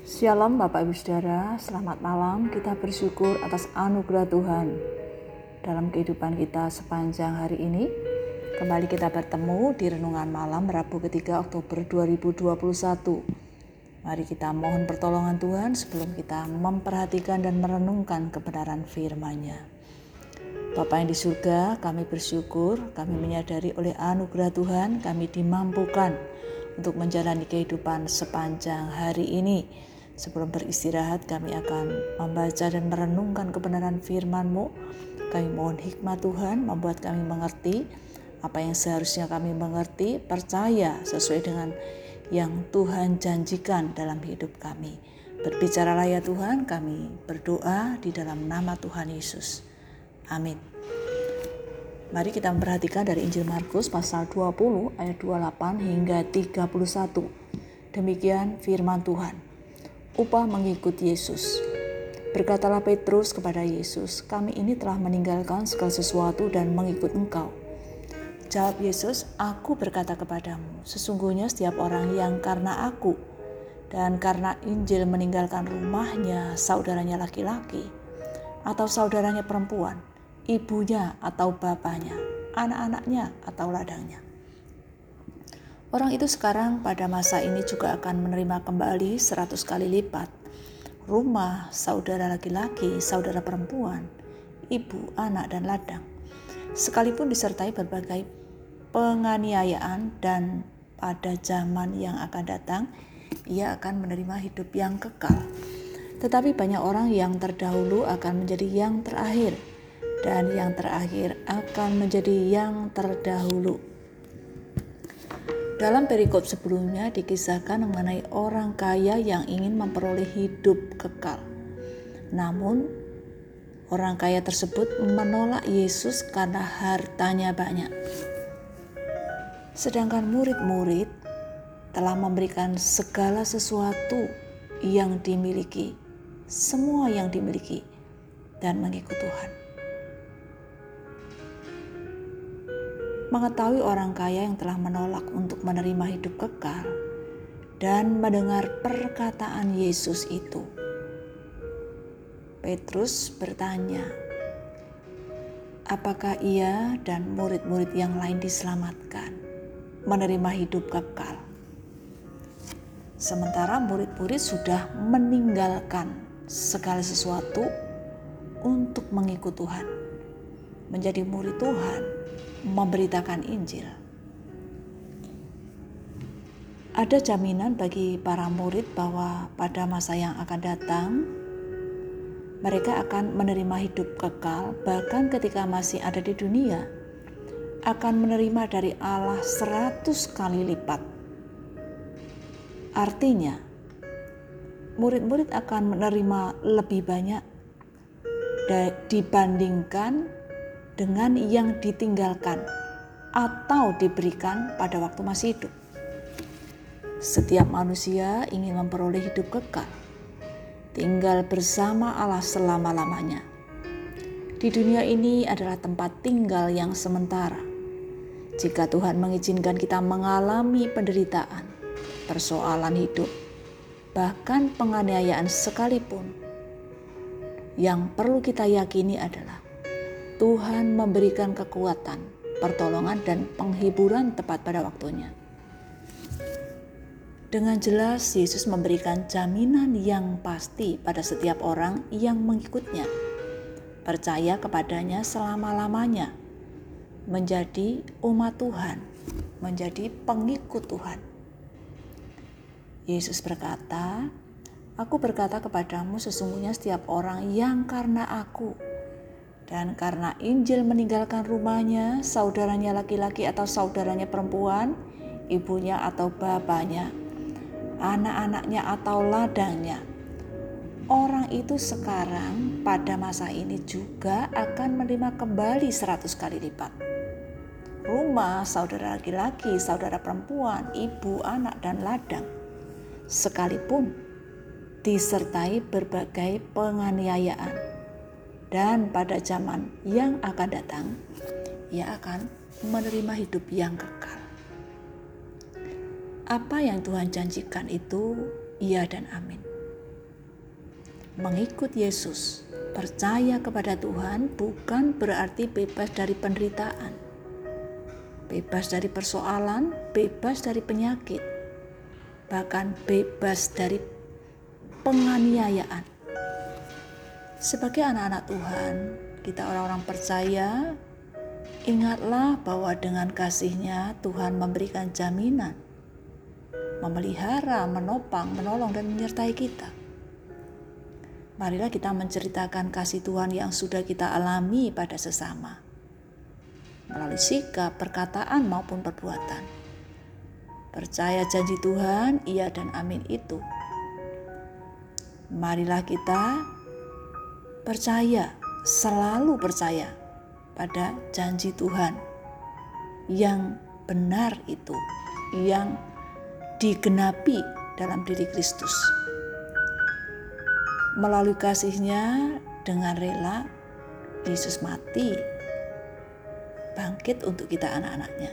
Shalom Bapak Ibu Saudara, selamat malam. Kita bersyukur atas anugerah Tuhan dalam kehidupan kita sepanjang hari ini. Kembali kita bertemu di Renungan Malam Rabu ketiga Oktober 2021. Mari kita mohon pertolongan Tuhan sebelum kita memperhatikan dan merenungkan kebenaran firman-Nya. Bapa yang di surga, kami bersyukur, kami menyadari oleh anugerah Tuhan kami dimampukan untuk menjalani kehidupan sepanjang hari ini. Sebelum beristirahat kami akan membaca dan merenungkan kebenaran firman-Mu. Kami mohon hikmat Tuhan membuat kami mengerti apa yang seharusnya kami mengerti, percaya sesuai dengan yang Tuhan janjikan dalam hidup kami. Berbicaralah ya Tuhan, kami berdoa di dalam nama Tuhan Yesus. Amin. Mari kita memperhatikan dari Injil Markus pasal 20 ayat 28 hingga 31. Demikian firman Tuhan. Upah mengikut Yesus. Berkatalah Petrus kepada Yesus, kami ini telah meninggalkan segala sesuatu dan mengikut Engkau. Jawab Yesus, aku berkata kepadamu, sesungguhnya setiap orang yang karena aku dan karena Injil meninggalkan rumahnya, saudaranya laki-laki, atau saudaranya perempuan, ibunya atau bapaknya, anak-anaknya atau ladangnya. Orang itu sekarang pada masa ini juga akan menerima kembali 100 kali lipat rumah, saudara laki-laki, saudara perempuan, ibu, anak, dan ladang, sekalipun disertai berbagai penganiayaan, dan pada zaman yang akan datang ia akan menerima hidup yang kekal. Tetapi banyak orang yang terdahulu akan menjadi yang terakhir, dan yang terakhir akan menjadi yang terdahulu. Dalam perikop sebelumnya dikisahkan mengenai orang kaya yang ingin memperoleh hidup kekal. Namun, orang kaya tersebut menolak Yesus karena hartanya banyak. Sedangkan murid-murid telah memberikan segala sesuatu yang dimiliki, semua yang dimiliki, dan mengikut Tuhan. Mengetahui orang kaya yang telah menolak untuk menerima hidup kekal dan mendengar perkataan Yesus itu, Petrus bertanya, apakah ia dan murid-murid yang lain diselamatkan, menerima hidup kekal? Sementara murid-murid sudah meninggalkan segala sesuatu untuk mengikut Tuhan, menjadi murid Tuhan, memberitakan Injil. Ada jaminan bagi para murid bahwa pada masa yang akan datang mereka akan menerima hidup kekal, bahkan ketika masih ada di dunia akan menerima dari Allah 100 kali lipat. Artinya murid-murid akan menerima lebih banyak dibandingkan dengan yang ditinggalkan atau diberikan pada waktu masih hidup. Setiap manusia ingin memperoleh hidup kekal, tinggal bersama Allah selama-lamanya. Di dunia ini adalah tempat tinggal yang sementara. Jika Tuhan mengizinkan kita mengalami penderitaan, persoalan hidup, bahkan penganiayaan sekalipun, yang perlu kita yakini adalah Tuhan memberikan kekuatan, pertolongan, dan penghiburan tepat pada waktunya. Dengan jelas Yesus memberikan jaminan yang pasti pada setiap orang yang mengikutnya, percaya kepadanya selama-lamanya, menjadi umat Tuhan, menjadi pengikut Tuhan. Yesus berkata, aku berkata kepadamu sesungguhnya setiap orang yang karena aku dan karena Injil meninggalkan rumahnya, saudaranya laki-laki atau saudaranya perempuan, ibunya atau bapaknya, anak-anaknya atau ladangnya, orang itu sekarang pada masa ini juga akan menerima kembali 100 kali lipat rumah, saudara laki-laki, saudara perempuan, ibu, anak, dan ladang, sekalipun disertai berbagai penganiayaan. Dan pada zaman yang akan datang, ia akan menerima hidup yang kekal. Apa yang Tuhan janjikan itu iya dan amin. Mengikut Yesus, percaya kepada Tuhan bukan berarti bebas dari penderitaan, bebas dari persoalan, bebas dari penyakit, bahkan bebas dari penganiayaan. Sebagai anak-anak Tuhan, kita orang-orang percaya, ingatlah bahwa dengan kasih-Nya Tuhan memberikan jaminan, memelihara, menopang, menolong, dan menyertai kita. Marilah kita menceritakan kasih Tuhan yang sudah kita alami pada sesama, melalui sikap, perkataan, maupun perbuatan. Percaya janji Tuhan, iya dan amin itu. Marilah kita percaya, selalu percaya pada janji Tuhan yang benar itu, yang digenapi dalam diri Kristus. Melalui kasih-Nya dengan rela, Yesus mati, bangkit untuk kita anak-anaknya.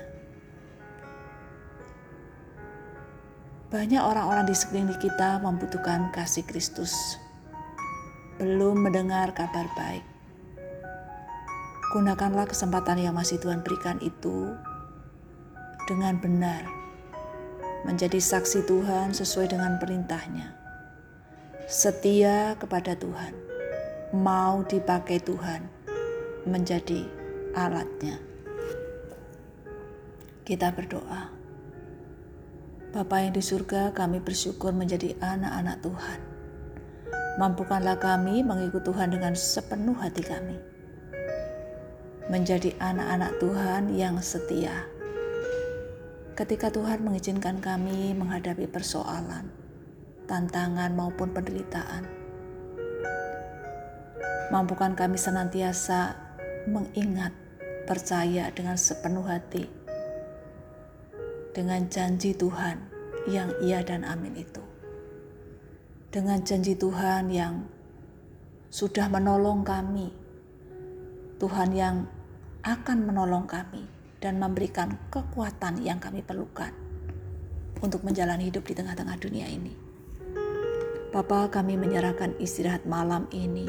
Banyak orang-orang di sekeliling kita membutuhkan kasih Kristus, belum mendengar kabar baik. Gunakanlah kesempatan yang masih Tuhan berikan itu dengan benar, menjadi saksi Tuhan sesuai dengan perintah-Nya. Setia kepada Tuhan, mau dipakai Tuhan menjadi alat-Nya. Kita berdoa. Bapa yang di surga, kami bersyukur menjadi anak-anak Tuhan. Mampukanlah kami mengikut Tuhan dengan sepenuh hati kami, menjadi anak-anak Tuhan yang setia. Ketika Tuhan mengizinkan kami menghadapi persoalan, tantangan maupun penderitaan, mampukan kami senantiasa mengingat, percaya dengan sepenuh hati dengan janji Tuhan yang iya dan amin itu. Dengan janji Tuhan yang sudah menolong kami, Tuhan yang akan menolong kami dan memberikan kekuatan yang kami perlukan untuk menjalani hidup di tengah-tengah dunia ini. Bapa, kami menyerahkan istirahat malam ini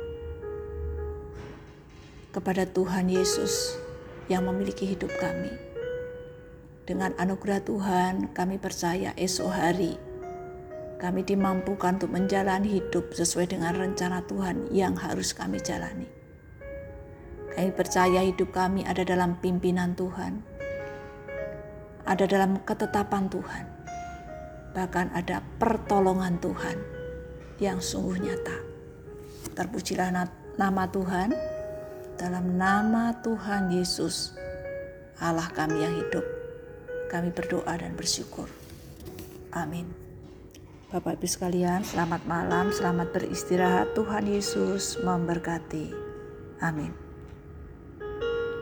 kepada Tuhan Yesus yang memiliki hidup kami. Dengan anugerah Tuhan, kami percaya esok hari kami dimampukan untuk menjalani hidup sesuai dengan rencana Tuhan yang harus kami jalani. Kami percaya hidup kami ada dalam pimpinan Tuhan, ada dalam ketetapan Tuhan, bahkan ada pertolongan Tuhan yang sungguh nyata. Terpujilah nama Tuhan, dalam nama Tuhan Yesus, Allah kami yang hidup. Kami berdoa dan bersyukur. Amin. Bapak Ibu sekalian, selamat malam, selamat beristirahat. Tuhan Yesus memberkati. Amin.